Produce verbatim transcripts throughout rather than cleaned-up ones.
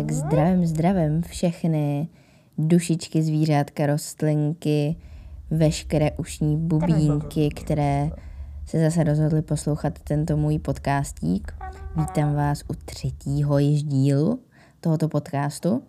Tak zdravím, zdravím všechny dušičky, zvířátka, rostlinky, veškeré ušní bubínky, které se zase rozhodly poslouchat tento můj podcastík. Vítám vás u třetího již dílu tohoto podcastu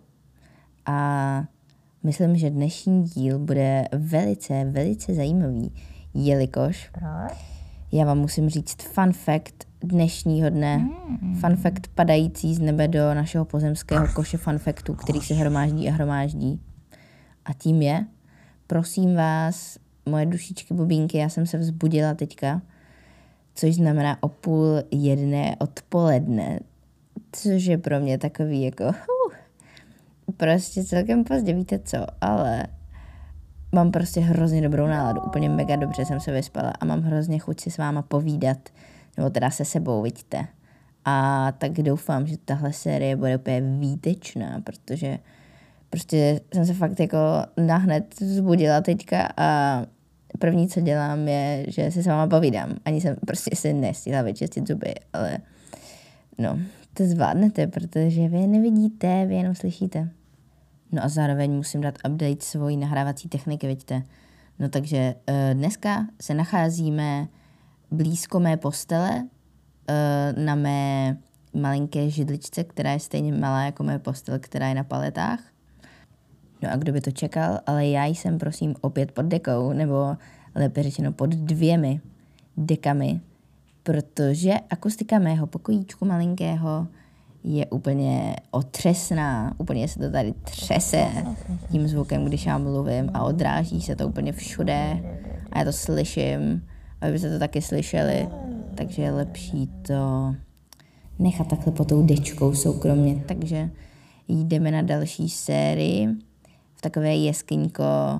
a myslím, že dnešní díl bude velice, velice zajímavý, jelikož já vám musím říct fun fact dnešního dne, mm. fun fact padající z nebe do našeho pozemského koše fun factů, který se hromáždí a hromáždí. A tím je, prosím vás, moje dušičky bubínky, já jsem se vzbudila teďka, což znamená o půl jedné odpoledne, což je pro mě takový jako uh, prostě celkem pozdě, víte co, ale mám prostě hrozně dobrou náladu, úplně mega dobře jsem se vyspala a mám hrozně chuť si s váma povídat, nebo teda se sebou, vidíte. A tak doufám, že tahle série bude úplně výtečná, protože prostě jsem se fakt jako nahned vzbudila teďka a první, co dělám, je, že si s váma povídám. Ani jsem prostě si nestihla vyčistit zuby, ale no, to zvládnete, protože vy nevidíte, vy jenom slyšíte. No a zároveň musím dát update svojí nahrávací techniky, vidíte. No takže uh, dneska se nacházíme blízko mé postele, uh, na mé malinké židličce, která je stejně malá jako moje postel, která je na paletách. No a kdo by to čekal, ale já jsem prosím opět pod dekou, nebo lépe řečeno pod dvěmi dekami, protože akustika mého pokojíčku malinkého je úplně otřesná, úplně se to tady třese tím zvukem, když já mluvím a odráží se to úplně všude a já to slyším, abyste to taky slyšeli, takže je lepší to nechat takhle pod tou dečkou soukromně, takže jdeme na další sérii v takové jeskyňko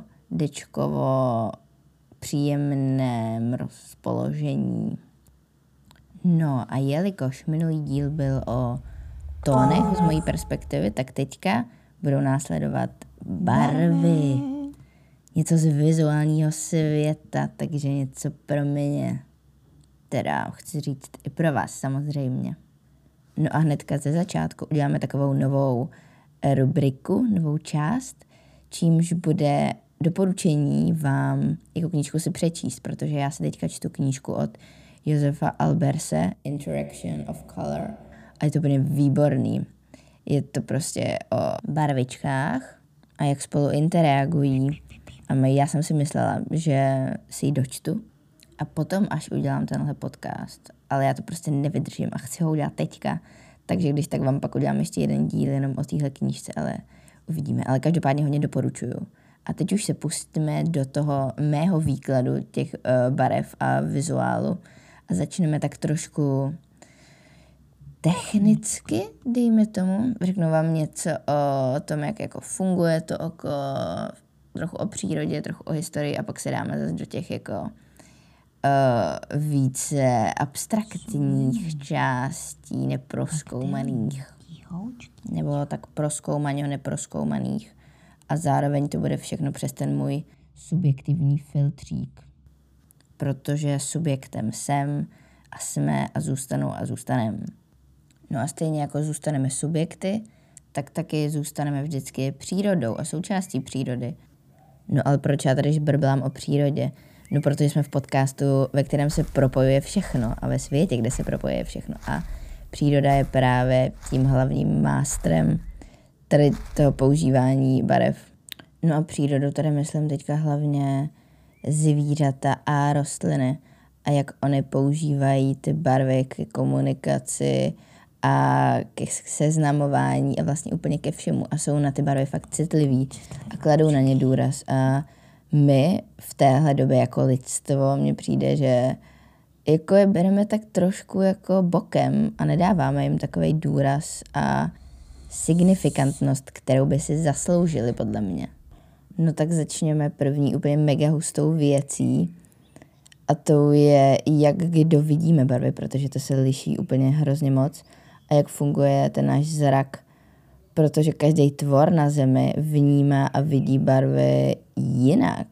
dečkovo příjemném rozpoložení. No a jelikož minulý díl byl o tónech z mojí perspektivy, tak teďka budou následovat barvy. Něco z vizuálního světa, takže něco pro mě. Teda chci říct i pro vás samozřejmě. No a hnedka ze začátku uděláme takovou novou rubriku, novou část, čímž bude doporučení vám jako knížku si přečíst, protože já si teďka čtu knížku od Josefa Alberse, Interaction of Color, a je to úplně výborný. Je to prostě o barvičkách a jak spolu interagují. A já jsem si myslela, že si ji dočtu a potom až udělám tenhle podcast. Ale já to prostě nevydržím a chci ho udělat teďka. Takže když tak vám pak udělám ještě jeden díl jenom o téhle knížce, ale uvidíme. Ale každopádně hodně doporučuju. A teď už se pustíme do toho mého výkladu těch uh, barev a vizuálu a začneme tak trošku technicky, dejme tomu. Řeknu vám něco o tom, jak jako funguje to oko, trochu o přírodě, trochu o historii a pak se dáme zase do těch jako uh, více abstraktních částí, neprozkoumaných. Nebo tak prozkoumaně, neprozkoumaných. A zároveň to bude všechno přes ten můj subjektivní filtřík. Protože subjektem jsem a jsme a zůstanou a zůstanem. No a stejně jako zůstaneme subjekty, tak taky zůstaneme vždycky přírodou a součástí přírody. No ale proč já tady žbrblám o přírodě? No protože jsme v podcastu, ve kterém se propojuje všechno a ve světě, kde se propojuje všechno. A příroda je právě tím hlavním mástrem tady toho používání barev. No a přírodu tady myslím teďka hlavně zvířata a rostliny a jak oni používají ty barvy k komunikaci a ke seznamování a vlastně úplně ke všemu a jsou na ty barvy fakt citliví a kladou na ně důraz a my v téhle době jako lidstvo mně přijde, že jako je bereme tak trošku jako bokem a nedáváme jim takovej důraz a signifikantnost, kterou by si zasloužili podle mě. No tak začněme první úplně mega hustou věcí a to je, jak kdo vidíme barvy, protože to se liší úplně hrozně moc a jak funguje ten náš zrak, protože každý tvor na zemi vnímá a vidí barvy jinak.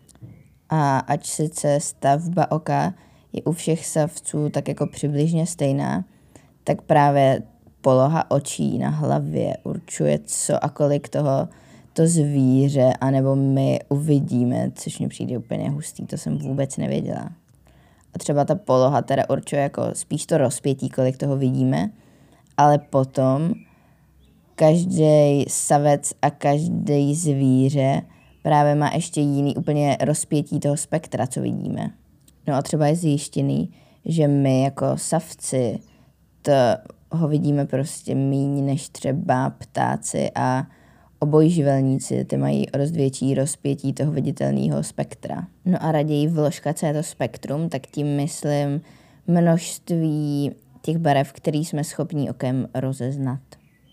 A ač sice stavba oka je u všech savců tak jako přibližně stejná, tak právě poloha očí na hlavě určuje, co a kolik toho to zvíře, anebo my uvidíme, což mi přijde úplně hustý, to jsem vůbec nevěděla. A třeba ta poloha teda určuje jako spíš to rozpětí, kolik toho vidíme, ale potom každý savec a každý zvíře právě má ještě jiný úplně rozpětí toho spektra, co vidíme. No a třeba je zjištěný, že my jako savci to ho vidíme prostě míň než třeba ptáci a obojživelníci, ty mají dost větší rozpětí toho viditelného spektra. No a raději vložka, co je to spektrum, tak tím myslím množství těch barev, který jsme schopni okem rozeznat.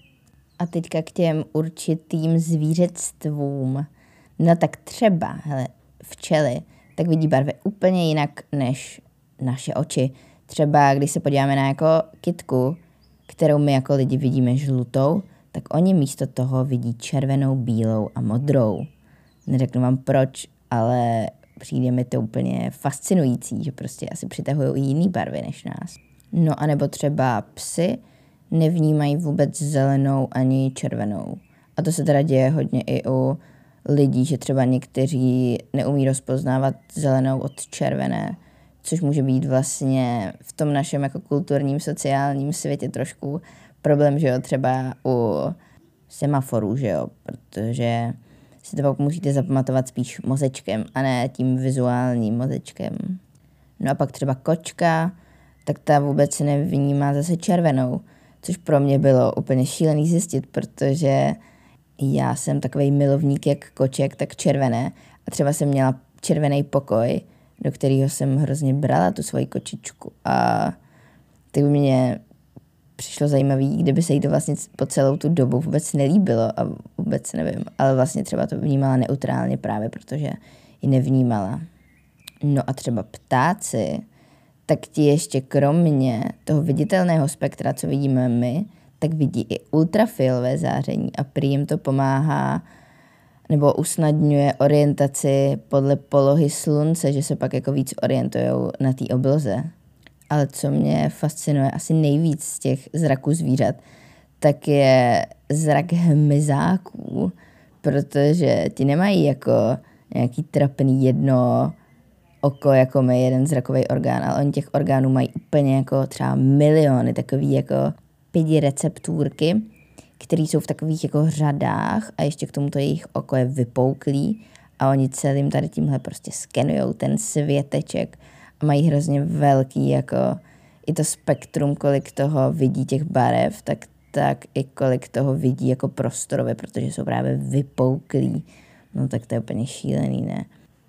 A teďka k těm určitým zvířectvům. No tak třeba, hele, včely, tak vidí barvy úplně jinak než naše oči. Třeba když se podíváme na jako kytku, kterou my jako lidi vidíme žlutou, tak oni místo toho vidí červenou, bílou a modrou. Neřeknu vám proč, ale přijde mi to úplně fascinující, že prostě asi přitahují i jiný barvy než nás. No a nebo třeba psy nevnímají vůbec zelenou ani červenou. A to se teda děje hodně i u lidí, že třeba někteří neumí rozpoznávat zelenou od červené, což může být vlastně v tom našem jako kulturním, sociálním světě trošku problém, že jo, třeba u semaforů, že jo, protože si to pak musíte zapamatovat spíš mozečkem a ne tím vizuálním mozečkem. No a pak třeba kočka, tak ta vůbec nevnímá zase červenou, což pro mě bylo úplně šílený zjistit, protože já jsem takovej milovník jak koček, tak červené a třeba jsem měla červený pokoj, do kterého jsem hrozně brala tu svoji kočičku a tak by mě přišlo zajímavý, kdyby se jí to vlastně po celou tu dobu vůbec nelíbilo a vůbec nevím, ale vlastně třeba to vnímala neutrálně právě, protože ji nevnímala. No a třeba ptáci, tak ti ještě kromě toho viditelného spektra, co vidíme my, tak vidí i ultrafialové záření a prý jim to pomáhá nebo usnadňuje orientaci podle polohy slunce, že se pak jako víc orientujou na té obloze. Ale co mě fascinuje asi nejvíc z těch zraků zvířat, tak je zrak hmyzáků, protože ti nemají jako nějaký trapný jedno oko, jako my, jeden zrakový orgán, ale oni těch orgánů mají úplně jako třeba miliony, takový jako pidi receptůrky, které jsou v takových jako řadách a ještě k tomuto jejich oko je vypouklý a oni celým tady tímhle prostě skenujou ten světeček a mají hrozně velký jako i to spektrum, kolik toho vidí těch barev, tak, tak i kolik toho vidí jako prostorově, protože jsou právě vypouklí. No tak to je úplně šílený, ne?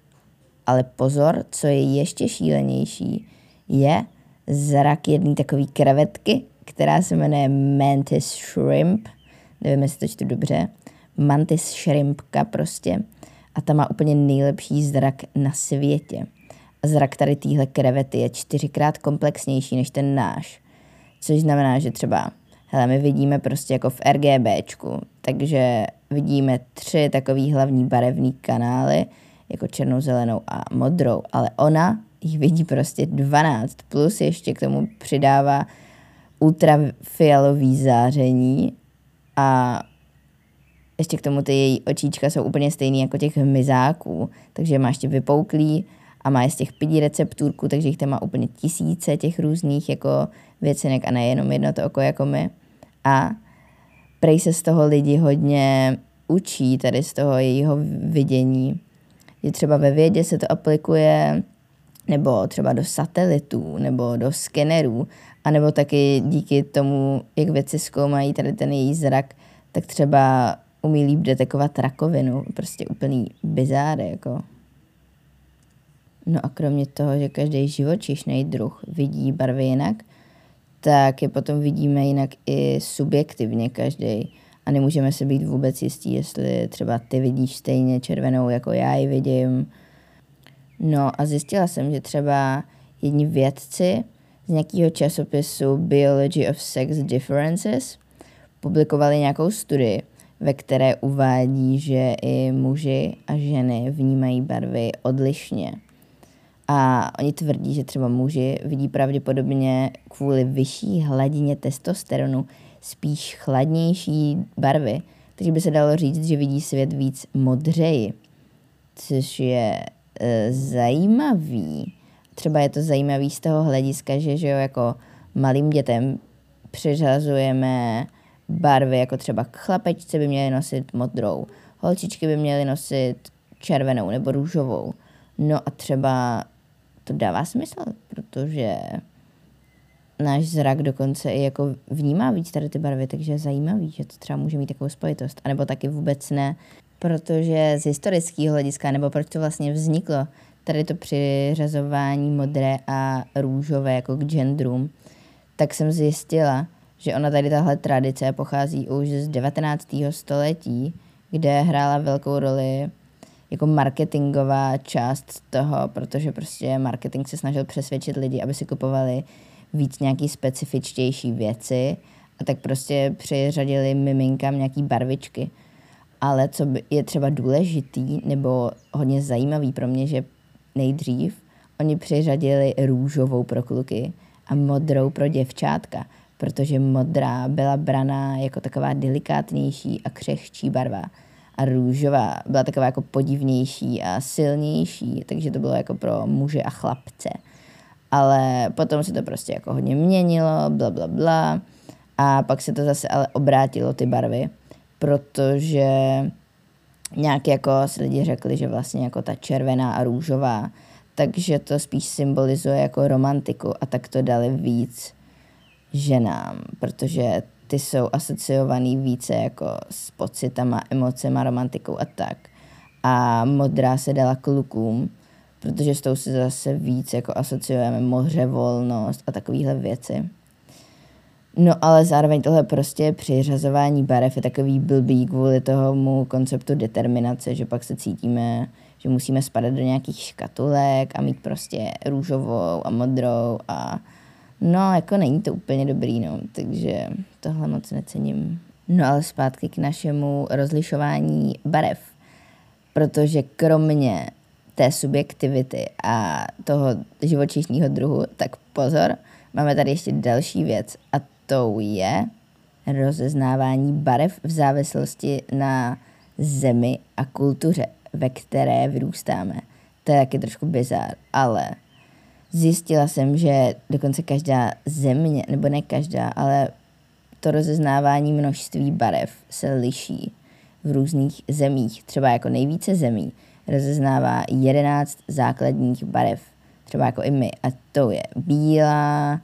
Ale pozor, co je ještě šílenější, je zrak jedné takové krevetky, která se jmenuje mantis shrimp. Nevím, jestli to čtu dobře. Mantis shrimpka prostě. A ta má úplně nejlepší zrak na světě. A zrak tady téhle krevety je čtyřikrát komplexnější než ten náš. Což znamená, že třeba, hele, my vidíme prostě jako v RGBčku, takže vidíme tři takový hlavní barevný kanály, jako černou, zelenou a modrou, ale ona jich vidí prostě dvanáct, plus ještě k tomu přidává ultrafialový záření a ještě k tomu ty její očíčka jsou úplně stejný jako těch hmyzáků, takže má ještě vypouklý a má z těch pidi receptůrků, takže jich tam má úplně tisíce těch různých jako věcinek a nejenom jedno to oko jako my. A prej se z toho lidi hodně učí, tady z toho jejího vidění. Že třeba ve vědě se to aplikuje nebo třeba do satelitů, nebo do skenerů, anebo taky díky tomu, jak věci zkoumají tady ten její zrak, tak třeba umí líp detekovat rakovinu. Prostě úplný bizár, jako. No a kromě toho, že každý živočišný druh vidí barvy jinak, tak je potom vidíme jinak i subjektivně každý. A nemůžeme se být vůbec jistí, jestli třeba ty vidíš stejně červenou, jako já ji vidím. No a zjistila jsem, že třeba jedni vědci z nějakého časopisu Biology of Sex Differences publikovali nějakou studii, ve které uvádí, že i muži a ženy vnímají barvy odlišně. A oni tvrdí, že třeba muži vidí pravděpodobně kvůli vyšší hladině testosteronu spíš chladnější barvy, takže by se dalo říct, že vidí svět víc modřeji, což je e, zajímavý. Třeba je to zajímavý z toho hlediska, že, že jo, jako malým dětem přiřazujeme barvy, jako třeba chlapečci by měli nosit modrou, holčičky by měly nosit červenou nebo růžovou. No a třeba to dává smysl, protože náš zrak dokonce i jako vnímá víc tady ty barvy, takže je zajímavý, že to třeba může mít takovou spojitost. A nebo taky vůbec ne, protože z historického hlediska, nebo proč to vlastně vzniklo, tady to přiřazování modré a růžové jako k genderům, tak jsem zjistila, že ona tady tahle tradice pochází už z devatenáctého století, kde hrála velkou roli jako marketingová část toho, protože prostě marketing se snažil přesvědčit lidi, aby si kupovali víc nějaký specifičtější věci a tak prostě přiřadili miminkám nějaký barvičky. Ale co je třeba důležitý nebo hodně zajímavý pro mě, že nejdřív oni přiřadili růžovou pro kluky a modrou pro děvčátka, protože modrá byla braná jako taková delikátnější a křehčí barva a růžová byla taková jako podivnější a silnější, takže to bylo jako pro muže a chlapce. Ale potom se to prostě jako hodně měnilo, bla, bla, bla. A pak se to zase ale obrátilo ty barvy, protože nějak jako si lidi řekli, že vlastně jako ta červená a růžová, takže to spíš symbolizuje jako romantiku a tak to dali víc ženám, protože ty jsou asociovaný více jako s pocitama, emocema, romantikou a tak. A modrá se dala klukům, protože s tou se zase víc jako asociujeme moře, volnost a takovéhle věci. No ale zároveň tohle prostě přiřazování barev je takový blbý kvůli tomu konceptu determinace, že pak se cítíme, že musíme spadat do nějakých škatulek a mít prostě růžovou a modrou a no jako není to úplně dobrý, no, takže tohle moc necením. No ale zpátky k našemu rozlišování barev, protože kromě té subjektivity a toho živočišního druhu, tak pozor, máme tady ještě další věc a tou je rozeznávání barev v závislosti na zemi a kultuře, ve které vyrůstáme. To je taky trošku bizár, ale zjistila jsem, že dokonce každá země, nebo ne každá, ale to rozeznávání množství barev se liší v různých zemích. Třeba jako nejvíce zemí rozeznává jedenáct základních barev, třeba jako i my. A to je bílá,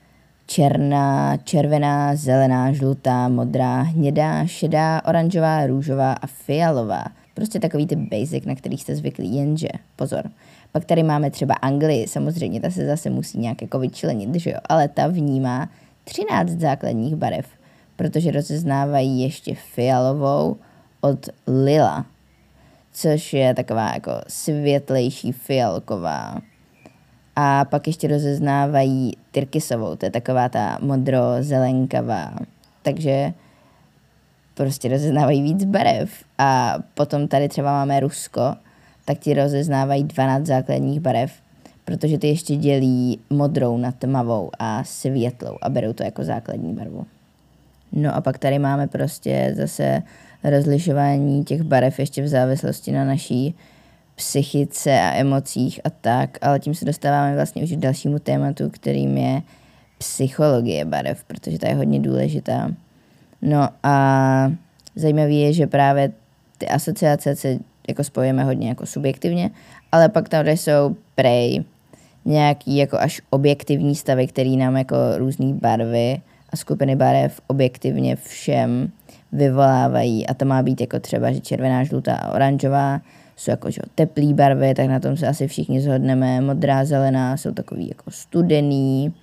černá, červená, zelená, žlutá, modrá, hnědá, šedá, oranžová, růžová a fialová. Prostě takový ty basic, na kterých jste zvyklí, jenže pozor. Pak tady máme třeba Anglii, samozřejmě ta se zase musí nějak jako vyčlenit, že jo? Ale ta vnímá třináct základních barev, protože rozeznávají ještě fialovou od lila, což je taková jako světlejší fialková. A pak ještě rozeznávají tyrkysovou, to je taková ta modro-zelenkavá. Takže prostě rozeznávají víc barev. A potom tady třeba máme Rusko, tak ti rozeznávají dvanáct základních barev, protože ty ještě dělí modrou na tmavou a světlou a berou to jako základní barvu. No a pak tady máme prostě zase rozlišování těch barev ještě v závislosti na naší psychice a emocích a tak, ale tím se dostáváme vlastně už k dalšímu tématu, kterým je psychologie barev, protože ta je hodně důležitá. No a zajímavé je, že právě ty asociace se jako spojíme hodně jako subjektivně, ale pak tam jsou prej nějaký jako až objektivní stavy, který nám jako různý barvy a skupiny barev objektivně všem vyvolávají a to má být jako třeba, že červená, žlutá a oranžová jsou jako že, teplý barvy, tak na tom se asi všichni shodneme. Modrá, zelená jsou takový jako studený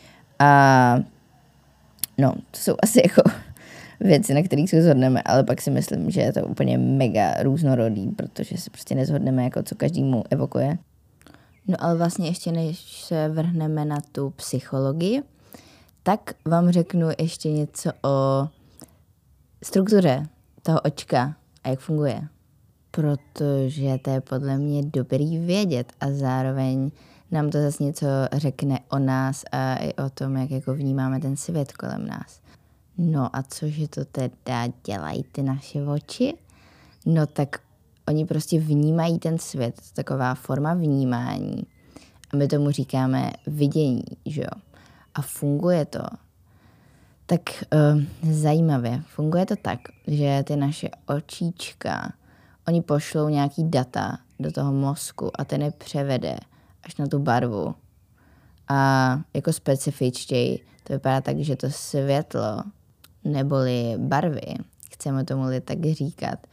a no, to jsou asi jako věci, na kterých se shodneme, ale pak si myslím, že je to úplně mega různorodý, protože se prostě nezhodneme, jako co každému evokuje. No ale vlastně ještě než se vrhneme na tu psychologii, tak vám řeknu ještě něco o struktuře toho očka a jak funguje. Protože to je podle mě dobrý vědět a zároveň nám to zase něco řekne o nás a i o tom, jak jako vnímáme ten svět kolem nás. No a cože to teda dělají ty naše oči? No tak oni prostě vnímají ten svět, to je taková forma vnímání. A my tomu říkáme vidění, že jo. A funguje to tak uh, zajímavě. Funguje to tak, že ty naše očíčka, oni pošlou nějaký data do toho mozku a ten je převede až na tu barvu. A jako specifičtěji to vypadá tak, že to světlo neboli barvy, chceme tomu tak říkat,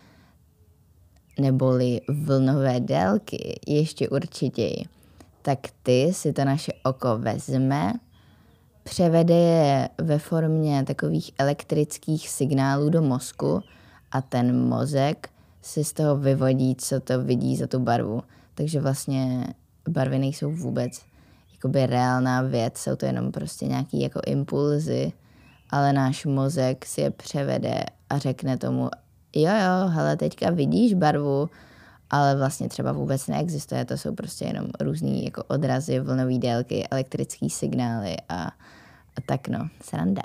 neboli vlnové délky, ještě určitěji, tak ty si to naše oko vezme, převede je ve formě takových elektrických signálů do mozku a ten mozek si z toho vyvodí, co to vidí za tu barvu. Takže vlastně barvy nejsou vůbec jakoby reálná věc, jsou to jenom prostě nějaký jako impulzy, ale náš mozek si je převede a řekne tomu, jo jo, hele, teďka vidíš barvu, ale vlastně třeba vůbec neexistuje, to jsou prostě jenom různý jako odrazy, vlnové délky, elektrické signály a, a tak no, sranda.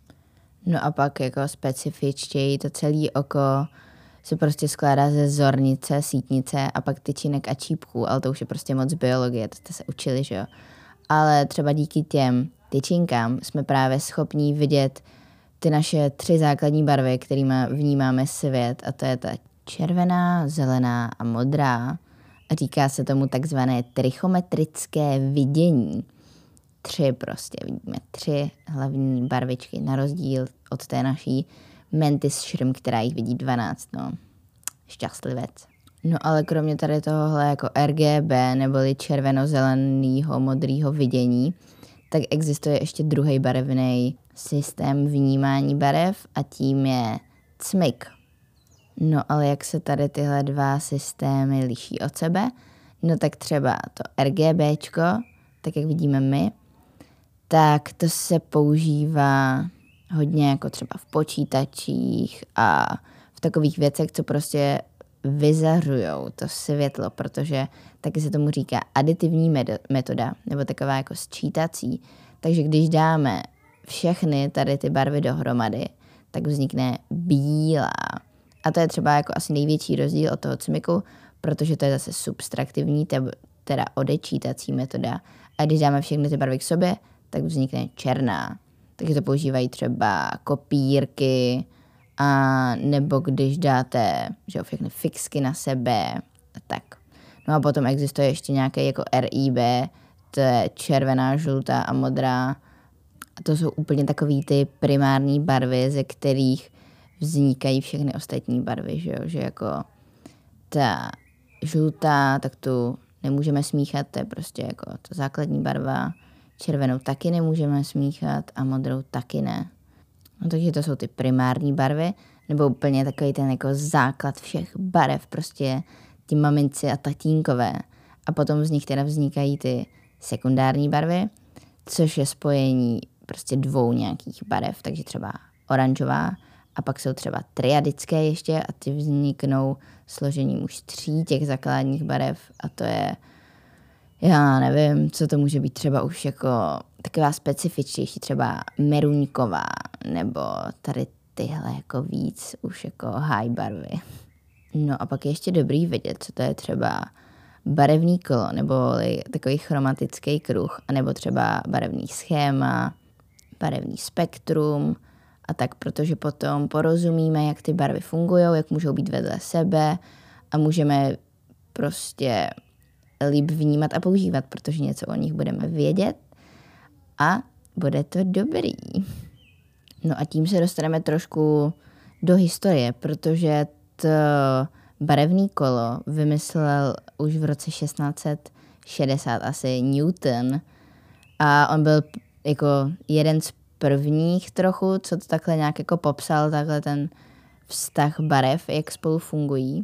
No a pak jako specifičtěji to celé oko se prostě skládá ze zornice, sítnice a pak tyčinek a čípků, ale to už je prostě moc biologie, to jste se učili, že jo. Ale třeba díky těm tyčinkám jsme právě schopní vidět ty naše tři základní barvy, kterými vnímáme svět, a to je ta červená, zelená a modrá. A říká se tomu takzvané trichometrické vidění. Tři prostě, vidíme tři hlavní barvičky, na rozdíl od té naší mantis shrimp, která jich vidí dvanáct, no. Šťastlivec. No ale kromě tady tohohle jako R G B, neboli červeno-zelenýho, modrýho vidění, tak existuje ještě druhý barevný systém vnímání barev a tím je cmyk. No ale jak se tady tyhle dva systémy liší od sebe? No tak třeba to RGBčko, tak jak vidíme my, tak to se používá hodně jako třeba v počítačích a v takových věcech, co prostě vyzařujou to světlo, protože taky se tomu říká aditivní metoda, nebo taková jako sčítací. Takže když dáme všechny tady ty barvy dohromady, tak vznikne bílá. A to je třeba jako asi největší rozdíl od toho cmyku, protože to je zase subtraktivní, teda odečítací metoda. A když dáme všechny ty barvy k sobě, tak vznikne černá. Takže to používají třeba kopírky, a nebo když dáte, že jo, všechny fixky na sebe, tak. No a potom existuje ještě nějaké jako R I B, to je červená, žlutá a modrá. A to jsou úplně takový ty primární barvy, ze kterých vznikají všechny ostatní barvy, že jo, že jako ta žlutá, tak tu nemůžeme smíchat, to je prostě jako ta základní barva, červenou taky nemůžeme smíchat a modrou taky ne. No takže to jsou ty primární barvy, nebo úplně takový ten jako základ všech barev, prostě ty maminci a tatínkové. A potom z nich teda vznikají ty sekundární barvy, což je spojení prostě dvou nějakých barev, takže třeba oranžová, a pak jsou třeba triadické ještě a ty vzniknou složením už tří těch základních barev a to je, já nevím, co to může být, třeba už jako taková specifičtější, třeba meruňková, nebo tady tyhle jako víc už jako high barvy. No a pak je ještě dobrý vidět, co to je třeba barevný kolo, nebo takový chromatický kruh, anebo třeba barevný schéma, barevný spektrum a tak, protože potom porozumíme, jak ty barvy fungují, jak můžou být vedle sebe a můžeme prostě líp vnímat a používat, protože něco o nich budeme vědět a bude to dobrý. No a tím se dostaneme trošku do historie, protože to barevný kolo vymyslel už v roce šestnáct set šedesát asi Newton a on byl jako jeden z prvních trochu, co to takhle nějak jako popsal, takhle ten vztah barev, jak spolu fungují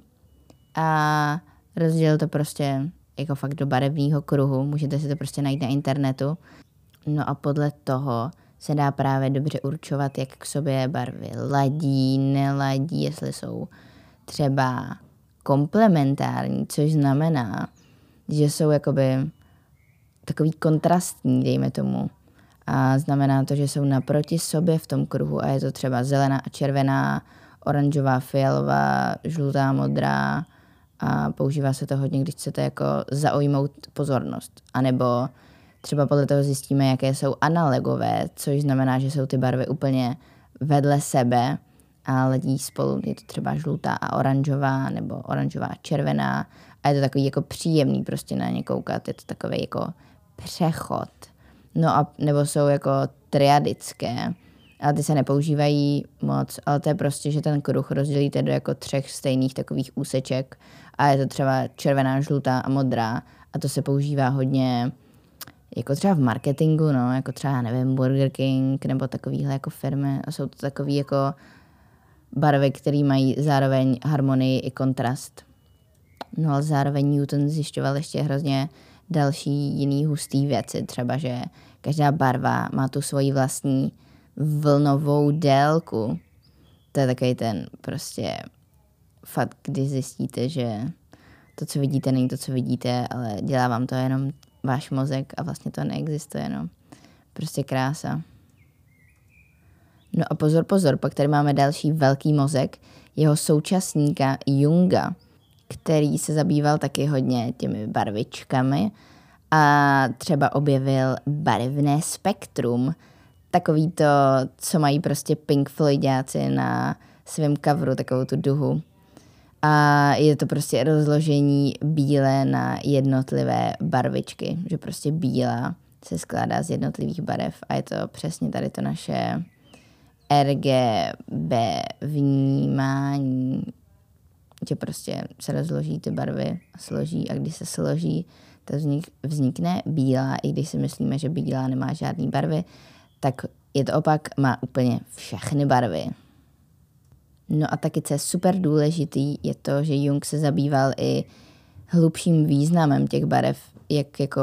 a rozdělil to prostě jako fakt do barevného kruhu, můžete si to prostě najít na internetu. No a podle toho se dá právě dobře určovat, jak k sobě barvy ladí, neladí, jestli jsou třeba komplementární, což znamená, že jsou jakoby takový kontrastní, dejme tomu. a znamená to, že jsou naproti sobě v tom kruhu a je to třeba zelená a červená, oranžová, fialová, žlutá, modrá a používá se to hodně, když chcete jako zaujmout pozornost. A nebo třeba podle toho zjistíme, jaké jsou analogové, což znamená, že jsou ty barvy úplně vedle sebe a letí spolu. Je to třeba žlutá a oranžová nebo oranžová a červená a je to takový jako příjemný prostě na ně koukat. Je to takový jako přechod. No a nebo jsou jako triadické, ale ty se nepoužívají moc, ale to je prostě, že ten kruh rozdělíte do jako třech stejných takových úseček a je to třeba červená, žlutá a modrá a to se používá hodně jako třeba v marketingu, no, jako třeba, nevím, Burger King nebo takovýhle jako firmy a jsou to takový jako barvy, které mají zároveň harmonii i kontrast. No ale zároveň Newton zjišťoval ještě hrozně další jiný hustý věci, třeba, že každá barva má tu svoji vlastní vlnovou délku. To je takový ten prostě fakt, když zjistíte, že to, co vidíte, není to, co vidíte, ale dělá vám to jenom váš mozek a vlastně to neexistuje, no. Prostě krása. No a pozor, pozor, pak tady máme další velký mozek, jeho současníka Junga, který se zabýval taky hodně těmi barvičkami a třeba objevil barevné spektrum, takový to, co mají prostě Pink Floydiáci na svém coveru, takovou tu duhu. A je to prostě rozložení bílé na jednotlivé barvičky, že prostě bílá se skládá z jednotlivých barev a je to přesně tady to naše R G B vnímání, že prostě se rozloží ty barvy a složí a když se složí, tak vznik, vznikne bílá, i když si myslíme, že bílá nemá žádný barvy, tak je to opak, má úplně všechny barvy. No a taky, co je super důležitý, je to, že Jung se zabýval i hlubším významem těch barev, jak jako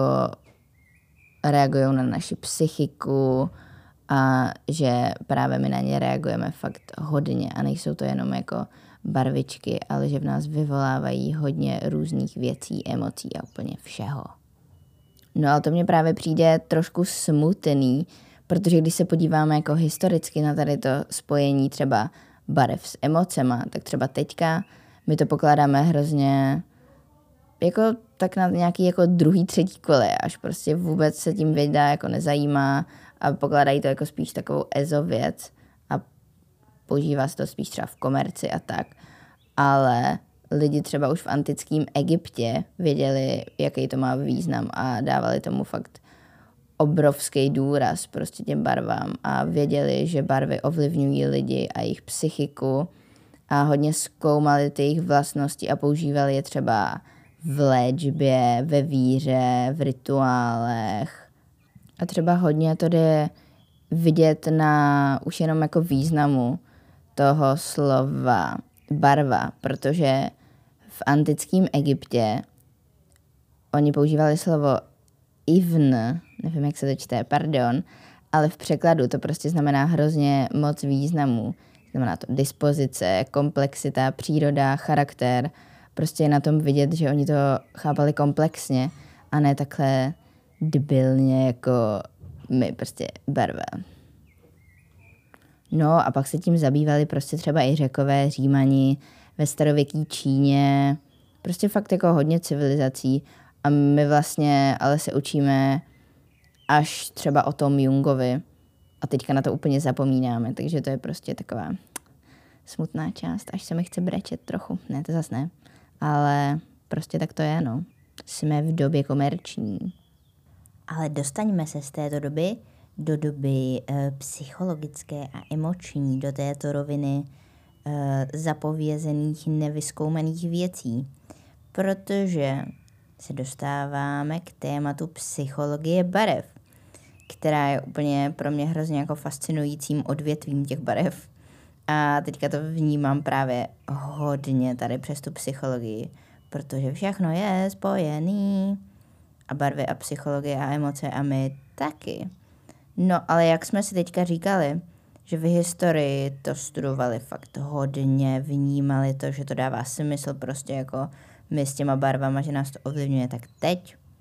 reagují na naši psychiku a že právě my na ně reagujeme fakt hodně a nejsou to jenom jako barvičky, ale že v nás vyvolávají hodně různých věcí, emocí a úplně všeho. No ale to mně právě přijde trošku smutný, protože když se podíváme jako historicky na tady to spojení třeba barev s emocema, tak třeba teďka my to pokládáme hrozně jako tak na nějaký jako druhý, třetí kole, až prostě vůbec se tím věda jako nezajímá a pokládají to jako spíš takovou ezo věc a používá se to spíš třeba v komerci a tak. Ale lidi třeba už v antickém Egyptě věděli, jaký to má význam a dávali tomu fakt obrovský důraz prostě těm barvám a věděli, že barvy ovlivňují lidi a jejich psychiku a hodně zkoumali ty jejich vlastnosti a používali je třeba v léčbě, ve víře, v rituálech. A třeba hodně to jde vidět na už jenom jako významu toho slova barva, protože v antickém Egyptě oni používali slovo ivn, nevím, jak se to čte, pardon, ale v překladu to prostě znamená hrozně moc významů. Znamená to dispozice, komplexita, příroda, charakter. Prostě je na tom vidět, že oni to chápali komplexně a ne takhle debilně jako my, prostě barva. No a pak se tím zabývali prostě třeba i Řekové, Římani, ve starověké Číně, prostě fakt jako hodně civilizací a my vlastně ale se učíme až třeba o tom Jungovi a teďka na to úplně zapomínáme, takže to je prostě taková smutná část, až se mi chce brečet trochu, ne, to zas ne, ale prostě tak to je, no. Jsme v době komerční. Ale dostaňme se z této doby do doby e, psychologické a emoční, do této roviny e, zapovězených, nevyzkoumaných věcí, protože se dostáváme k tématu psychologie barev, která je úplně pro mě hrozně jako fascinujícím odvětvím těch barev. A teďka to vnímám právě hodně tady přes tu psychologii, protože všechno je spojený. A barvy a psychologie a emoce a my taky. No, ale jak jsme si teďka říkali, že v historii to studovali fakt hodně, vnímali to, že to dává smysl prostě jako my s těma barvama, že nás to ovlivňuje, tak teď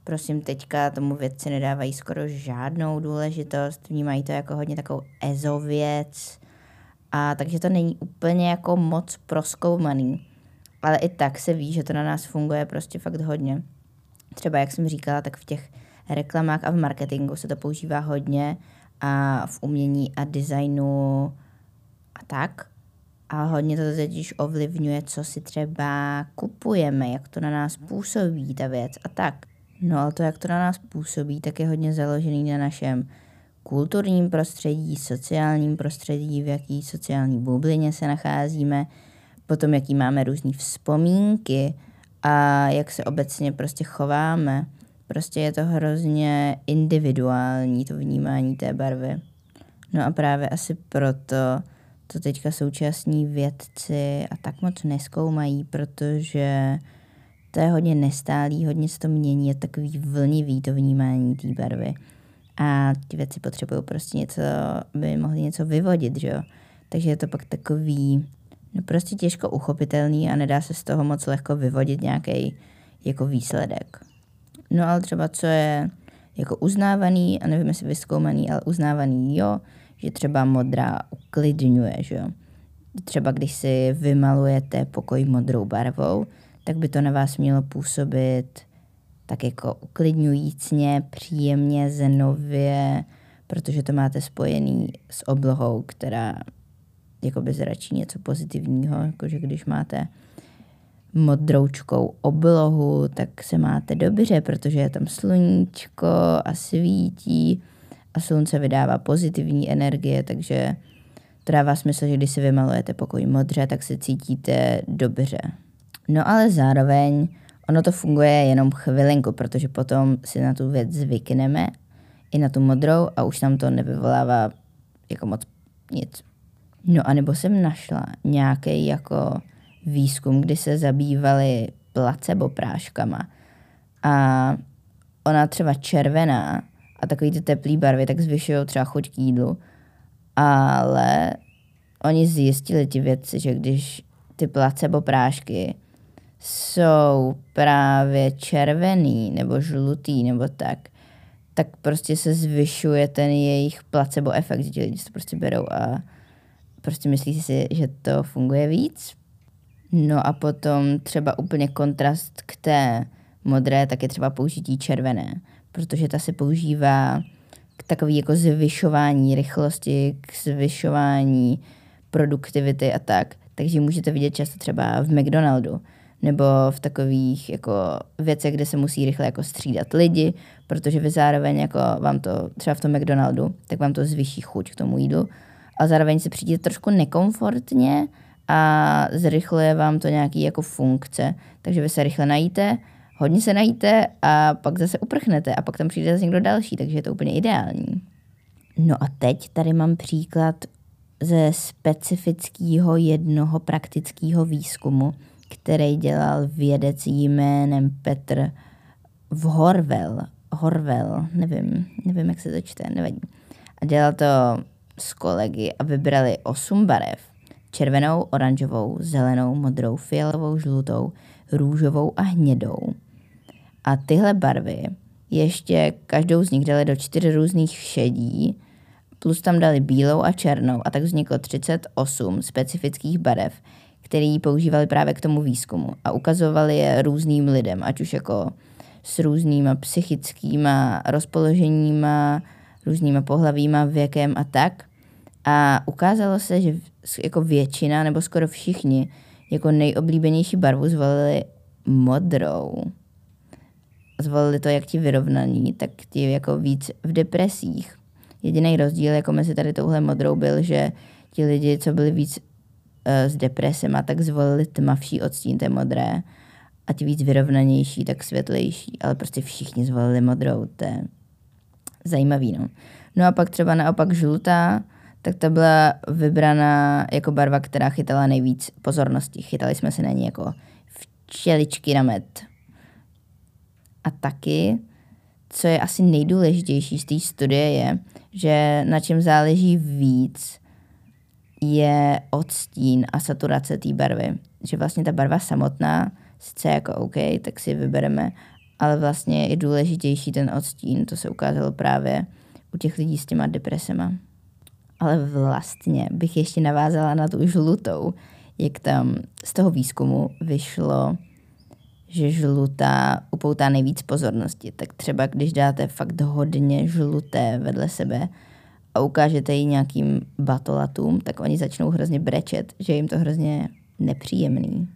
Prosím, teďka tomu vědci nedávají skoro žádnou důležitost, vnímají to jako hodně takovou ezověc, a takže to není úplně jako moc prozkoumaný. Ale i tak se ví, že to na nás funguje prostě fakt hodně. Třeba, jak jsem říkala, tak v těch reklamách a v marketingu se to používá hodně a v umění a designu a tak. A hodně to totiž ovlivňuje, co si třeba kupujeme, jak to na nás působí ta věc a tak. No a to, jak to na nás působí, tak je hodně založený na našem kulturním prostředí, sociálním prostředí, v jaký sociální bublině se nacházíme, potom jaký máme různý vzpomínky a jak se obecně prostě chováme. Prostě je to hrozně individuální, to vnímání té barvy. No a právě asi proto to teďka současní vědci a tak moc nezkoumají, protože to je hodně nestálý, hodně se to mění, je takový vlnivý to vnímání té barvy. A ti vědci potřebují prostě něco, aby mohli něco vyvodit, že jo. Takže je to pak takový, no prostě těžko uchopitelný a nedá se z toho moc lehko vyvodit nějaký jako výsledek. No ale třeba co je jako uznávaný, a nevím jestli vyzkoumaný, ale uznávaný jo, že třeba modrá uklidňuje, že jo. Třeba když si vymalujete pokoj modrou barvou, tak by to na vás mělo působit tak jako uklidňujícně, příjemně, zenově, protože to máte spojený s oblohou, která jakoby zračí něco pozitivního, jakože když máte modroučkou oblohu, tak se máte dobře, protože je tam sluníčko a svítí a slunce vydává pozitivní energie, takže to dává smysl, že když si vymalujete pokoj modře, tak se cítíte dobře. No ale zároveň ono to funguje jenom chvilinku, protože potom si na tu věc zvykneme, i na tu modrou, a už nám to nevyvolává jako moc nic. No a nebo jsem našla nějaký jako výzkum, kdy se zabývali placebo práškama a ona třeba červená a takový ty teplý barvy tak zvyšují třeba chuť k jídlu, ale oni zjistili ti vědci, že když ty placebo prášky jsou právě červený nebo žlutý nebo tak, tak prostě se zvyšuje ten jejich placebo efekt, že ti lidi to prostě berou a prostě myslí si, že to funguje víc. No a potom třeba úplně kontrast k té modré, tak je třeba použití červené, protože ta se používá k takový jako zvyšování rychlosti, k zvyšování produktivity a tak. Takže můžete vidět často třeba v McDonaldu nebo v takových jako věcech, kde se musí rychle jako střídat lidi, protože vy zároveň jako vám to, třeba v tom McDonaldu, tak vám to zvýší chuť k tomu jídlu, a zároveň se přijde trošku nekomfortně a zrychluje vám to nějaký jako funkce. Takže vy se rychle najíte, hodně se najíte a pak zase uprchnete a pak tam přijde zase někdo další, takže je to úplně ideální. No a teď tady mám příklad ze specifického jednoho praktického výzkumu, který dělal vědec jménem Petr Vhorvel. Horvel, nevím, nevím, jak se to čte, nevadí. A dělal to s kolegy a vybrali osm barev. Červenou, oranžovou, zelenou, modrou, fialovou, žlutou, růžovou a hnědou. A tyhle barvy ještě každou z nich dali do čtyř různých šedí, plus tam dali bílou a černou, a tak vzniklo třicet osm specifických barev, který používali právě k tomu výzkumu a ukazovali je různým lidem, ať už jako s různýma psychickýma rozpoloženíma, různýma pohlavíma, věkem a tak. A ukázalo se, že jako většina, nebo skoro všichni, jako nejoblíbenější barvu zvolili modrou. Zvolili to jak ti vyrovnaní, tak ti jako víc v depresích. Jediný rozdíl jako mezi tady touhle modrou byl, že ti lidi, co byli víc uh, s depresema, tak zvolili tmavší odstín té modré a ti víc vyrovnanější, tak světlejší. Ale prostě všichni zvolili modrou, to je zajímavý, no. No a pak třeba naopak žlutá, tak ta byla vybraná jako barva, která chytala nejvíc pozornosti. Chytali jsme se na ní jako včeličky na med. A taky, co je asi nejdůležitější z té studie, je, že na čem záleží víc, je odstín a saturace té barvy. Že vlastně ta barva samotná, sice jako OK, tak si vybereme, ale vlastně je důležitější ten odstín, to se ukázalo právě u těch lidí s těma depresema. Ale vlastně bych ještě navázala na tu žlutou, jak tam z toho výzkumu vyšlo, že žlutá upoutá nejvíc pozornosti. Tak třeba když dáte fakt hodně žluté vedle sebe a ukážete ji nějakým batolatům, tak oni začnou hrozně brečet, že je jim to hrozně nepříjemný.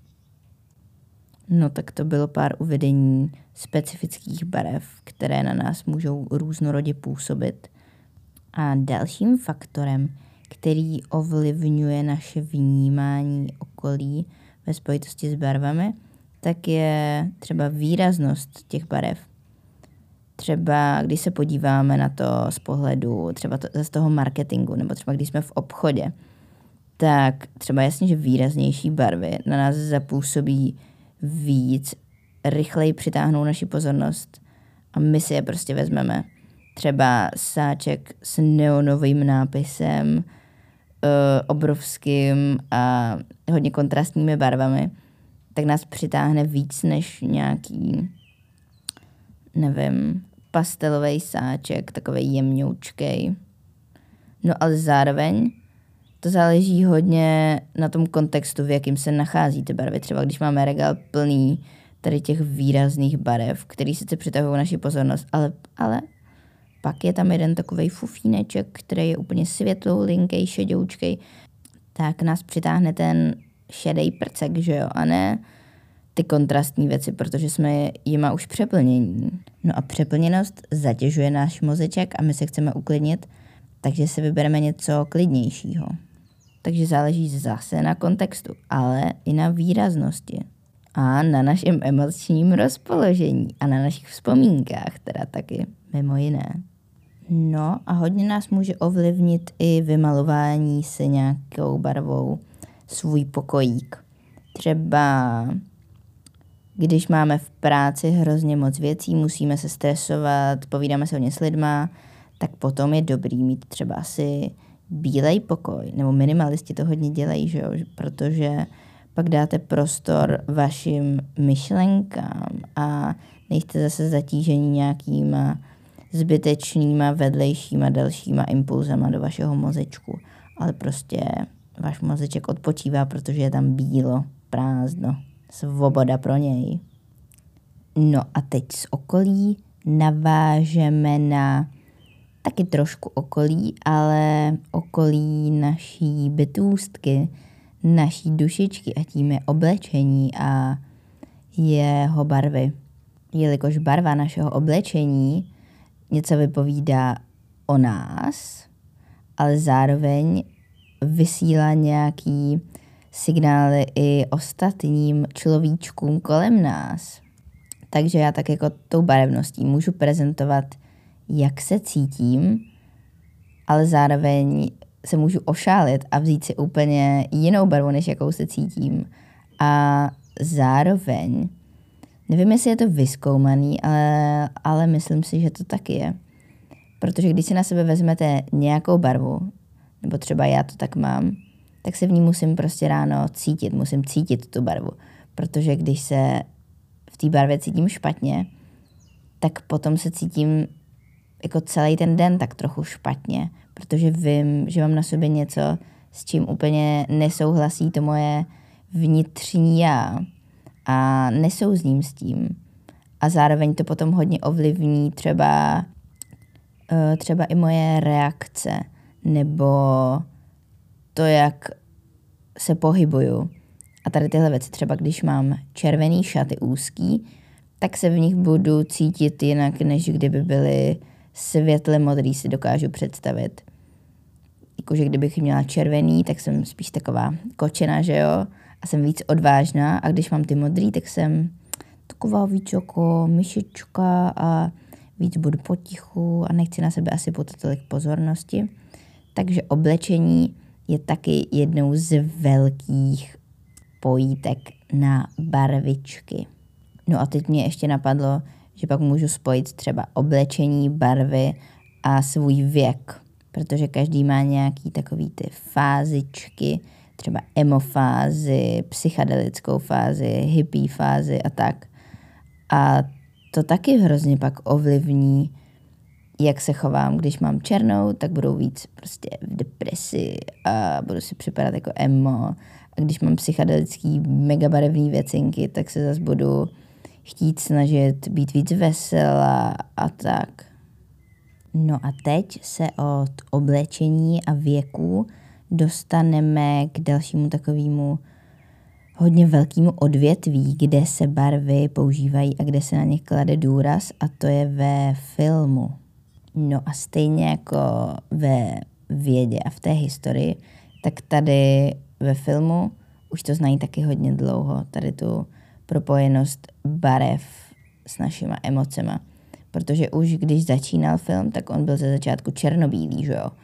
No tak to bylo pár uvedení specifických barev, které na nás můžou různorodě působit. A dalším faktorem, který ovlivňuje naše vnímání okolí ve spojitosti s barvami, tak je třeba výraznost těch barev. Třeba když se podíváme na to z pohledu třeba to, z toho marketingu, nebo třeba když jsme v obchodě, tak třeba jasně, že výraznější barvy na nás zapůsobí víc, rychleji přitáhnou naši pozornost a my si je prostě vezmeme. Třeba sáček s neonovým nápisem, uh, obrovským a hodně kontrastními barvami, tak nás přitáhne víc než nějaký, nevím, pastelový sáček, takovej jemňoučkej. No ale zároveň to záleží hodně na tom kontextu, v jakým se nachází ty barvy. Třeba když máme regál plný tady těch výrazných barev, který sice přitahují naši pozornost, ale, ale pak je tam jeden takovej fufíneček, který je úplně světloulinkej, šedoučkej, tak nás přitáhne ten šedej prcek, že jo, a ne ty kontrastní věci, protože jsme jima už přeplnění. No a přeplněnost zatěžuje náš mozeček a my se chceme uklidnit, takže si vybereme něco klidnějšího. Takže záleží zase na kontextu, ale i na výraznosti. A na našem emočním rozpoložení a na našich vzpomínkách teda taky, mimo jiné. No a hodně nás může ovlivnit i vymalování se nějakou barvou svůj pokojík. Třeba když máme v práci hrozně moc věcí, musíme se stresovat, povídáme se hodně s lidma, tak potom je dobrý mít třeba asi bílej pokoj, nebo minimalisti to hodně dělají, že jo? Protože pak dáte prostor vašim myšlenkám a nejste zase zatížení nějakýma zbytečnýma, vedlejšíma, dalšíma impulzama do vašeho mozečku. Ale prostě váš mozeček odpočívá, protože je tam bílo, prázdno, svoboda pro něj. No a teď z okolí navážeme na taky trošku okolí, ale okolí naší bytůstky, naší dušičky a tím je oblečení a jeho barvy. Jelikož barva našeho oblečení něco vypovídá o nás, ale zároveň vysílá nějaký signály i ostatním človíčkům kolem nás. Takže já tak jako tou barevností můžu prezentovat, jak se cítím, ale zároveň se můžu ošálit a vzít si úplně jinou barvu, než jakou se cítím. A zároveň, nevím, jestli je to vyzkoumaný, ale, ale myslím si, že to taky je. Protože když si na sebe vezmete nějakou barvu, nebo třeba já to tak mám, tak se v ní musím prostě ráno cítit, musím cítit tu barvu. Protože když se v té barvě cítím špatně, tak potom se cítím jako celý ten den tak trochu špatně, protože vím, že mám na sobě něco, s čím úplně nesouhlasí to moje vnitřní já a nesouzním s tím. A zároveň to potom hodně ovlivní třeba, třeba i moje reakce nebo to, jak se pohybuju. A tady tyhle věci, třeba když mám červený šaty úzký, tak se v nich budu cítit jinak, než kdyby byly světle modrý, si dokážu představit. Jakože kdybych měla červený, tak jsem spíš taková kočena, že jo? A jsem víc odvážná. A když mám ty modrý, tak jsem taková víc jako myšička a víc budu potichu a nechci na sebe asi potat tolik pozornosti. Takže oblečení je taky jednou z velkých pojítek na barvičky. No a teď mě ještě napadlo, že pak můžu spojit třeba oblečení, barvy a svůj věk, protože každý má nějaký takový ty fázičky, třeba emo fázi, psychedelickou fázi, hippie fázi a tak. A to taky hrozně pak ovlivní, jak se chovám. Když mám černou, tak budou víc prostě v depresi a budu si připadat jako emo. A když mám psychedelický megabarevný věcinky, tak se zase budu chtít snažit být víc veselá a tak. No a teď se od oblečení a věku dostaneme k dalšímu takovému hodně velkému odvětví, kde se barvy používají a kde se na ně klade důraz, a to je ve filmu. No a stejně jako ve vědě a v té historii, tak tady ve filmu už to znají taky hodně dlouho, tady tu propojenost barev s našima emocema. Protože už když začínal film, tak on byl ze začátku černobílý, že jo?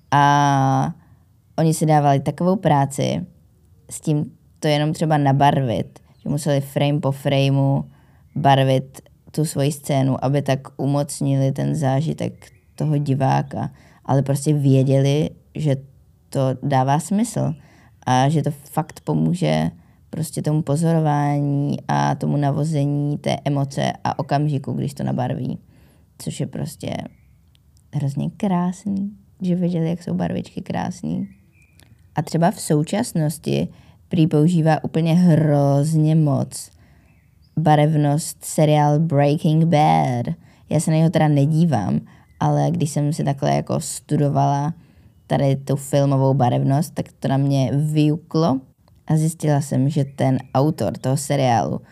A oni si dávali takovou práci s tím to jenom třeba nabarvit, že museli frame po frameu barvit tu svoji scénu, aby tak umocnili ten zážitek toho diváka. Ale prostě věděli, že to dává smysl a že to fakt pomůže prostě tomu pozorování a tomu navození té emoce a okamžiku, když to nabarví. Což je prostě hrozně krásný, že věděli, jak jsou barvičky krásný. A třeba v současnosti prý používá úplně hrozně moc barevnost seriál Breaking Bad. Já se na něho teda nedívám, ale když jsem si takhle jako studovala tady tu filmovou barevnost, tak to na mě vyjuklo a zjistila jsem, že ten autor toho seriálu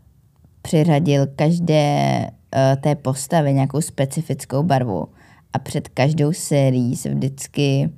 přiřadil každé uh, té postavy nějakou specifickou barvu a před každou sérií se vždycky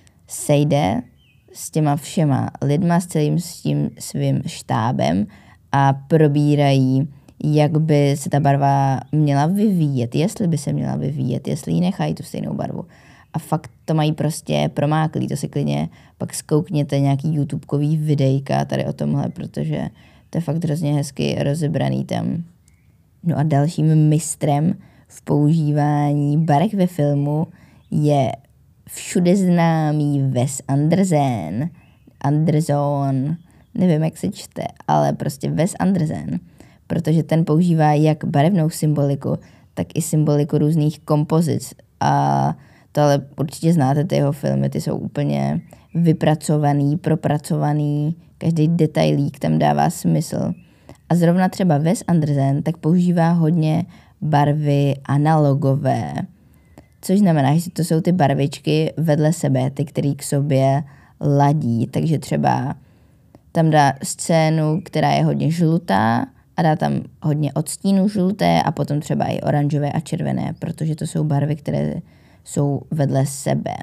sejde s těma všema lidma, s celým s tím svým štábem a probírají, jak by se ta barva měla vyvíjet, jestli by se měla vyvíjet, jestli ji nechají tu stejnou barvu. A fakt to mají prostě promáklý, to si klidně pak zkoukněte nějaký YouTubekový videjka tady o tomhle, protože to je fakt hrozně hezky rozebraný tam. No a dalším mistrem v používání barev ve filmu je všude známý Wes Anderson, Anderson, nevím, jak se čte, ale prostě Wes Anderson, protože ten používá jak barevnou symboliku, tak i symboliku různých kompozic. A to ale určitě znáte ty jeho filmy, ty jsou úplně vypracovaný, propracovaný, každý detailík tam dává smysl. A zrovna třeba Wes Anderson tak používá hodně barvy analogové, což znamená, že to jsou ty barvičky vedle sebe, ty, které k sobě ladí. Takže třeba tam dá scénu, která je hodně žlutá a dá tam hodně odstínů žluté a potom třeba i oranžové a červené, protože to jsou barvy, které jsou vedle sebe.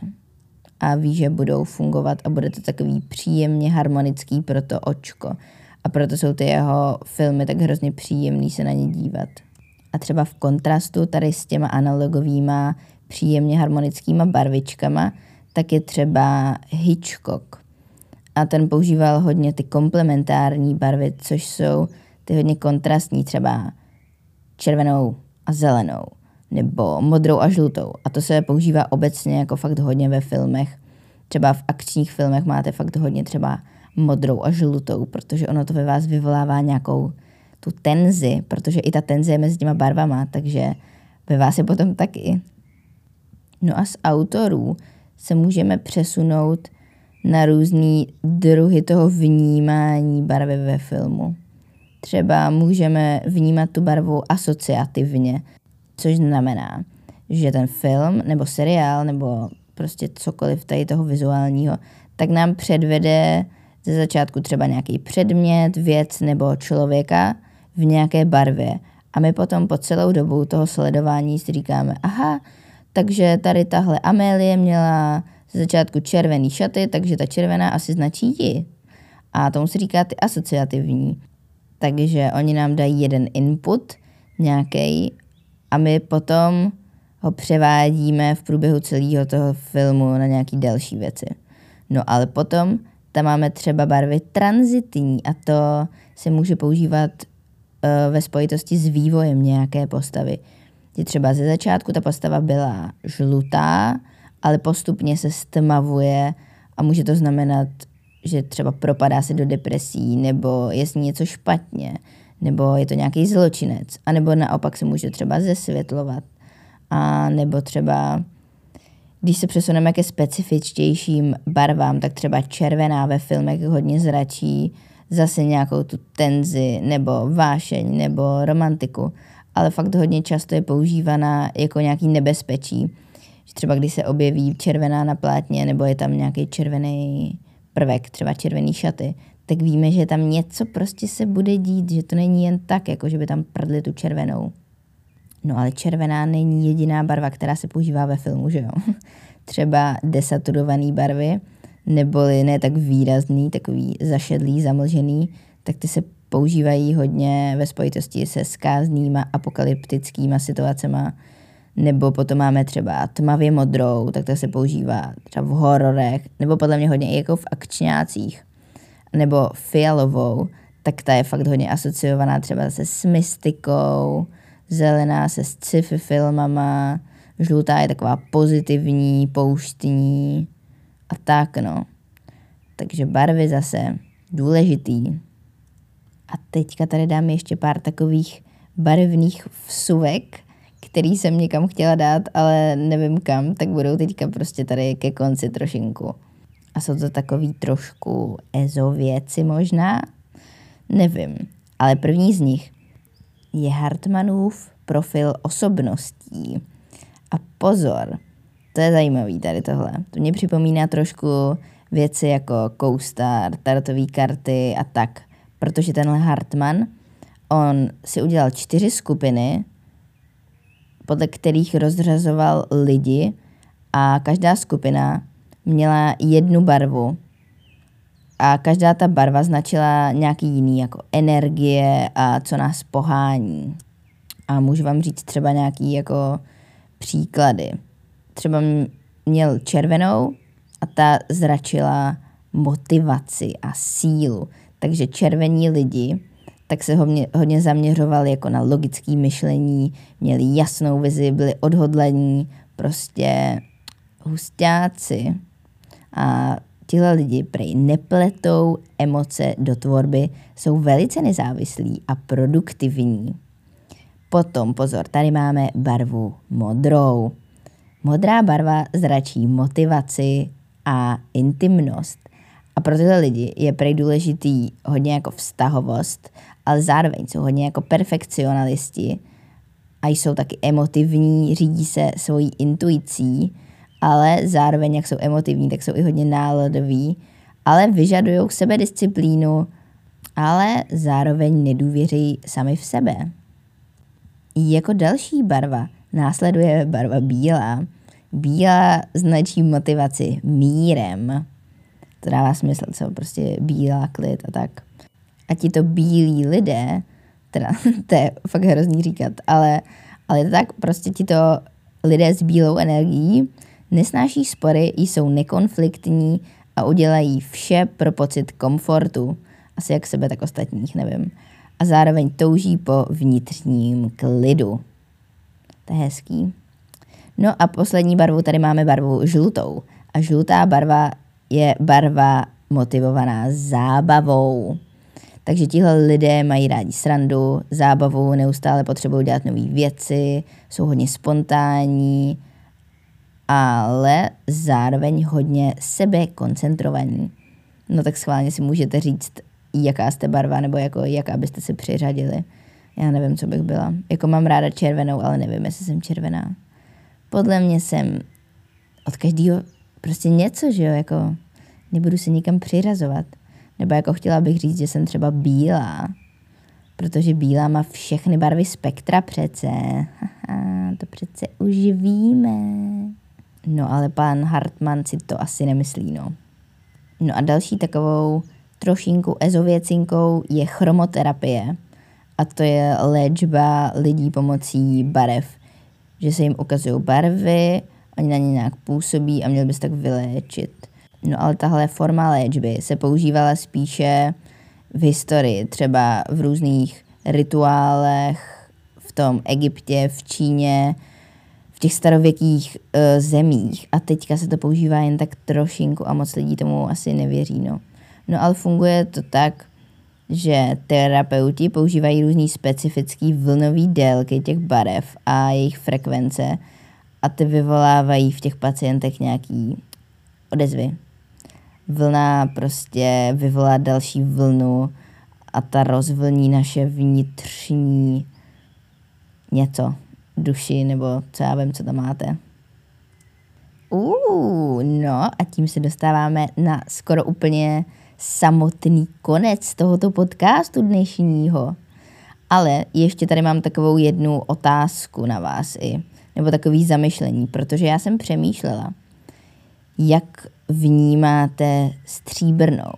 A ví, že budou fungovat a bude to takový příjemně harmonický pro to očko. A proto jsou ty jeho filmy tak hrozně příjemný se na ně dívat. A třeba v kontrastu tady s těma analogovýma příjemně harmonickýma barvičkama, tak je třeba Hitchcock. A ten používal hodně ty komplementární barvy, což jsou ty hodně kontrastní, třeba červenou a zelenou, nebo modrou a žlutou. A to se používá obecně jako fakt hodně ve filmech. Třeba v akčních filmech máte fakt hodně třeba modrou a žlutou, protože ono to ve vás vyvolává nějakou tu tenzi, protože i ta tenze je mezi těma barvama, takže ve vás je potom taky. No a z autorů se můžeme přesunout na různý druhy toho vnímání barvy ve filmu. Třeba můžeme vnímat tu barvu asociativně, což znamená, že ten film nebo seriál nebo prostě cokoliv tady toho vizuálního, tak nám předvede ze začátku třeba nějaký předmět, věc nebo člověka v nějaké barvě. A my potom po celou dobu toho sledování si říkáme, aha, takže tady tahle Amélie měla ze začátku červený šaty, takže ta červená asi značí ji. A tomu se říká ty asociativní. Takže oni nám dají jeden input nějaký a my potom ho převádíme v průběhu celého toho filmu na nějaký další věci. No ale potom tam máme třeba barvy tranzitní a to se může používat uh, ve spojitosti s vývojem nějaké postavy. Je třeba ze začátku ta postava byla žlutá, ale postupně se stmavuje a může to znamenat, že třeba propadá se do depresí nebo je s ní něco špatně, nebo je to nějaký zločinec, anebo naopak se může třeba zesvětlovat, a nebo třeba, když se přesuneme ke specifičtějším barvám, tak třeba červená ve filmech hodně zračí zase nějakou tu tenzi, nebo vášeň, nebo romantiku, ale fakt hodně často je používaná jako nějaký nebezpečí. Třeba když se objeví červená na plátně, nebo je tam nějaký červený prvek, třeba červený šaty, tak víme, že tam něco prostě se bude dít, že to není jen tak, jako že by tam prdli tu červenou. No ale červená není jediná barva, která se používá ve filmu, že jo? Třeba desaturované barvy, neboli ne tak výrazný, takový zašedlý, zamlžený, tak ty se používají hodně ve spojitosti se zkáznýma apokalyptickýma situacema, nebo potom máme třeba tmavě modrou, tak to se používá třeba v hororech, nebo podle mě hodně i jako v akčňácích. Nebo fialovou, tak ta je fakt hodně asociovaná třeba se s mystikou, zelená se sci-fi filmama, žlutá je taková pozitivní, pouštní a tak no. Takže barvy zase důležitý. A teďka tady dám ještě pár takových barevných vsuvek, který jsem někam chtěla dát, ale nevím kam, tak budou teďka prostě tady ke konci trošinku. A jsou to takový trošku ezo věci možná, nevím. Ale první z nich je Hartmanův profil osobností. A pozor, to je zajímavý tady tohle. To mě připomíná trošku věci jako CoStar, tarotové karty a tak. Protože tenhle Hartman, on si udělal čtyři skupiny, podle kterých rozřazoval lidi a každá skupina měla jednu barvu a každá ta barva značila nějaký jiný, jako energie a co nás pohání. A můžu vám říct třeba nějaký jako příklady. Třeba měl červenou a ta zračila motivaci a sílu. Takže červení lidi tak se hodně, hodně zaměřovali jako na logické myšlení, měli jasnou vizi, byli odhodlaní, prostě husťáci. A tihle lidi prej nepletou emoce do tvorby, jsou velice nezávislí a produktivní. Potom, pozor, tady máme barvu modrou. Modrá barva zračí motivaci a intimnost. A pro tyhle lidi je prej důležitý hodně jako vztahovost, ale zároveň jsou hodně jako perfekcionalisti a jsou taky emotivní, řídí se svojí intuicí, ale zároveň, jak jsou emotivní, tak jsou i hodně náladoví, ale vyžadují sebedisciplínu, ale zároveň nedůvěří sami v sebe. Jako další barva následuje barva bílá. Bílá značí motivaci mírem. To dává smysl, co? Prostě bílá, klid a tak. A tito bílí lidé, teda to je fakt hrozný říkat, ale, ale to tak, prostě tito lidé s bílou energií nesnáší spory, jsou nekonfliktní a udělají vše pro pocit komfortu. Asi jak sebe, tak ostatních, nevím. A zároveň touží po vnitřním klidu. To je hezký. No a poslední barvu tady máme barvu žlutou. A žlutá barva je barva motivovaná zábavou. Takže tihle lidé mají rádi srandu, zábavu, neustále potřebují dělat nové věci, jsou hodně spontánní, ale zároveň hodně sebekoncentrovaní. No tak schválně si můžete říct, jaká jste barva, nebo jako, jaká byste si přiřadili. Já nevím, co bych byla. Jako mám ráda červenou, ale nevím, jestli jsem červená. Podle mě jsem od každého prostě něco, že jo, jako nebudu se nikam přiřazovat. Nebo jako chtěla bych říct, že jsem třeba bílá, protože bílá má všechny barvy spektra přece. Haha, to přece už víme. No ale pán Hartman si to asi nemyslí, no. No a další takovou trošinku ezověcinkou je chromoterapie. A to je léčba lidí pomocí barev. Že se jim ukazují barvy, oni na ně nějak působí a měli by se tak vyléčit. No ale tahle forma léčby se používala spíše v historii, třeba v různých rituálech, v tom Egyptě, v Číně, v těch starověkých uh, zemích. A teďka se to používá jen tak trošinku a moc lidí tomu asi nevěří, no. No ale funguje to tak, že terapeuti používají různý specifický vlnový délky těch barev a jejich frekvence a ty vyvolávají v těch pacientech nějaký odezvy. Vlna prostě vyvolá další vlnu a ta rozvlní naše vnitřní něco, duši nebo co já vím, co tam máte. Uh, no a tím se dostáváme na skoro úplně samotný konec tohoto podcastu dnešního. Ale ještě tady mám takovou jednu otázku na vás i, nebo takový zamyšlení, protože já jsem přemýšlela, jak vnímáte stříbrnou,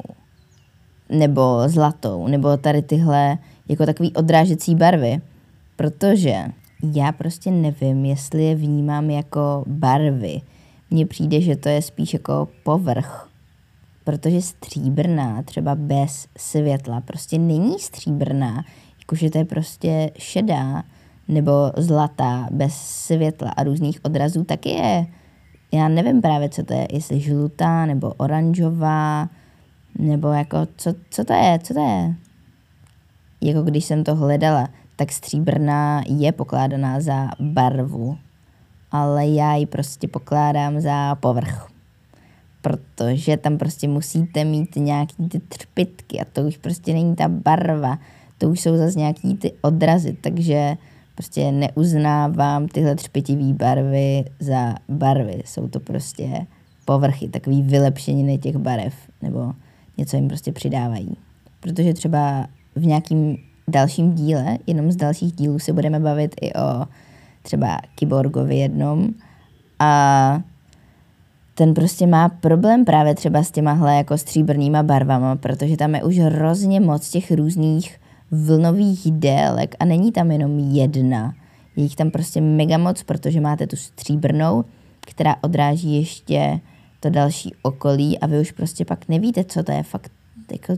nebo zlatou, nebo tady tyhle jako takový odrážecí barvy, protože já prostě nevím, jestli je vnímám jako barvy. Mně přijde, že to je spíš jako povrch, protože stříbrná třeba bez světla prostě není stříbrná, jakože to je prostě šedá, nebo zlatá bez světla a různých odrazů taky je. Já nevím právě, co to je, jestli žlutá, nebo oranžová, nebo jako, co, co to je, co to je? Jako když jsem to hledala, tak stříbrná je pokládaná za barvu, ale já ji prostě pokládám za povrch. Protože tam prostě musíte mít nějaký ty třpytky a to už prostě není ta barva, to už jsou zase nějaký ty odrazy, takže prostě neuznávám tyhle třpitivý barvy za barvy, jsou to prostě povrchy, takový vylepšeniny těch barev, nebo něco jim prostě přidávají. Protože třeba v nějakým dalším díle, jenom z dalších dílů se budeme bavit i o třeba kyborgovi jednom a ten prostě má problém právě třeba s těmahle jako stříbrnýma barvama, protože tam je už hrozně moc těch různých vlnových délek a není tam jenom jedna. Je jich tam prostě mega moc, protože máte tu stříbrnou, která odráží ještě to další okolí a vy už prostě pak nevíte, co to je fakt jako...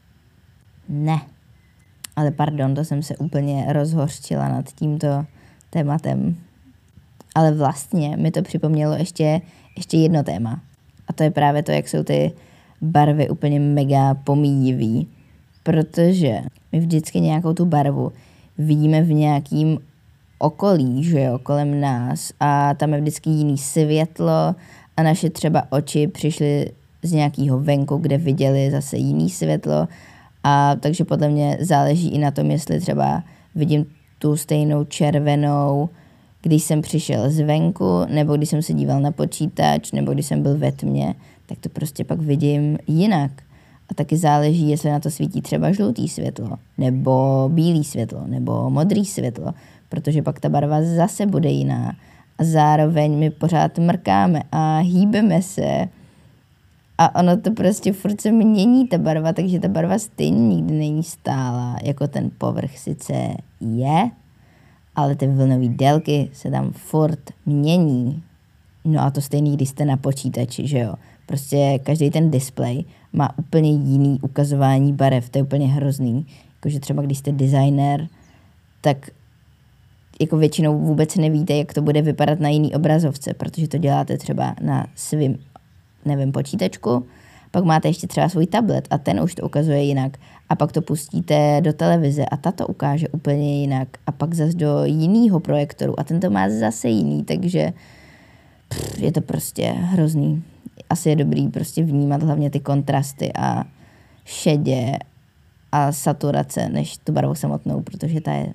Ne. Ale pardon, to jsem se úplně rozhořčila nad tímto tématem. Ale vlastně mi to připomnělo ještě, ještě jedno téma. A to je právě to, jak jsou ty barvy úplně mega pomíjivý. Protože my vždycky nějakou tu barvu vidíme v nějakým okolí, že jo, kolem nás. A tam je vždycky jiný světlo a naše třeba oči přišly z nějakého venku, kde viděli zase jiný světlo. A takže podle mě záleží i na tom, jestli třeba vidím tu stejnou červenou, když jsem přišel zvenku, nebo když jsem se díval na počítač, nebo když jsem byl ve tmě, tak to prostě pak vidím jinak. A taky záleží, jestli na to svítí třeba žlutý světlo, nebo bílý světlo, nebo modrý světlo, protože pak ta barva zase bude jiná. A zároveň my pořád mrkáme a hýbeme se. A ono to prostě furt se mění ta barva, takže ta barva stejně nikdy není stálá, jako ten povrch sice je, ale ty vlnové délky se tam furt mění. No a to stejný, když jste na počítači, že jo. Prostě každý ten displej má úplně jiný ukazování barev, to je úplně hrozný. Jakože třeba když jste designer, tak jako většinou vůbec nevíte, jak to bude vypadat na jiný obrazovce, protože to děláte třeba na svým, nevím, počítačku, pak máte ještě třeba svůj tablet a ten už to ukazuje jinak a pak to pustíte do televize a ta to ukáže úplně jinak a pak zase do jiného projektoru a ten to má zase jiný, takže pff, je to prostě hrozný. Asi je dobrý prostě vnímat hlavně ty kontrasty a šedě a saturace než tu barvu samotnou, protože ta je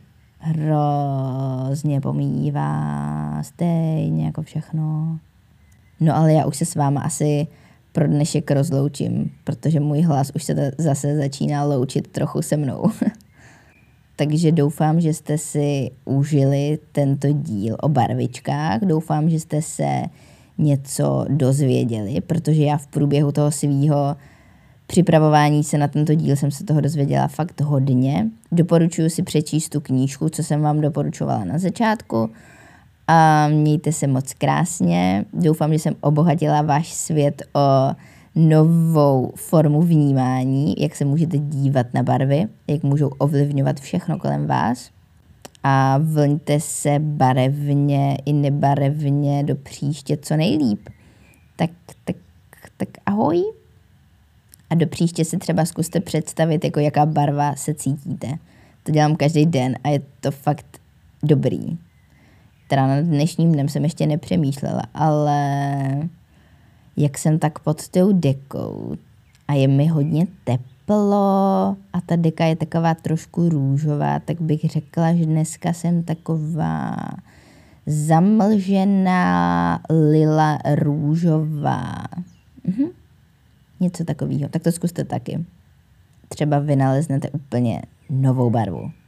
hrozně pomíjivá, stejně jako všechno. No ale já už se s váma asi pro dnešek rozloučím, protože můj hlas už se zase začíná loučit trochu se mnou. Takže doufám, že jste si užili tento díl o barvičkách, doufám, že jste se něco dozvěděli, protože já v průběhu toho svýho připravování se na tento díl jsem se toho dozvěděla fakt hodně. Doporučuji si přečíst tu knížku, co jsem vám doporučovala na začátku. A mějte se moc krásně. Doufám, že jsem obohatila váš svět o novou formu vnímání, jak se můžete dívat na barvy, jak můžou ovlivňovat všechno kolem vás. A vlňte se barevně i nebarevně do příště co nejlíp. Tak, tak, tak ahoj. A do příště si třeba zkuste představit, jako jaká barva se cítíte. To dělám každý den a je to fakt dobrý. Teda nad dnešním dnem jsem ještě nepřemýšlela, ale jak jsem tak pod tou dekou a je mi hodně teplo a ta deka je taková trošku růžová, tak bych řekla, že dneska jsem taková zamlžená lila růžová. Mhm. Něco takového. Tak to zkuste taky. Třeba vynaleznete úplně novou barvu.